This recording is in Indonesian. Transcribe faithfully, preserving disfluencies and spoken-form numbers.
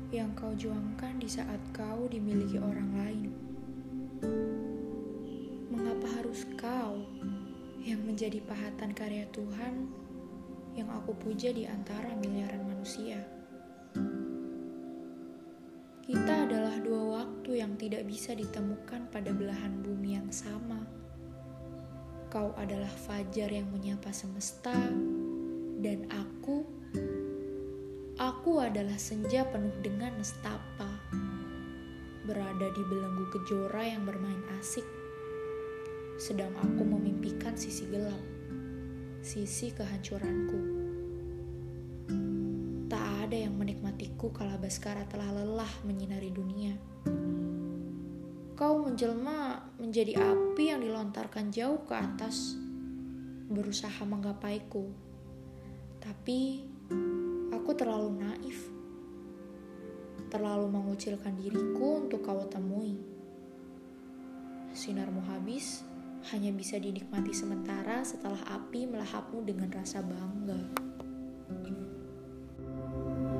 yang kau juangkan di saat kau dimiliki orang lain. Mengapa harus kau yang menjadi pahatan karya Tuhan yang aku puja di antara miliaran manusia? Kita adalah dua waktu yang tidak bisa ditemukan pada belahan bumi yang sama. Kau adalah fajar yang menyapa semesta, dan aku, aku adalah senja penuh dengan nestapa, berada di belenggu kejora yang bermain asik, sedang aku memimpikan sisi gelap, sisi kehancuranku. Tak ada yang menikmatiku kala Baskara telah lelah menyinari dunia. Kau menjelma menjadi api yang dilontarkan jauh ke atas, berusaha menggapaiku. Tapi aku terlalu naif, terlalu mengucilkan diriku untuk kau temui. Sinarmu habis, hanya bisa dinikmati sementara setelah api melahapmu dengan rasa bangga.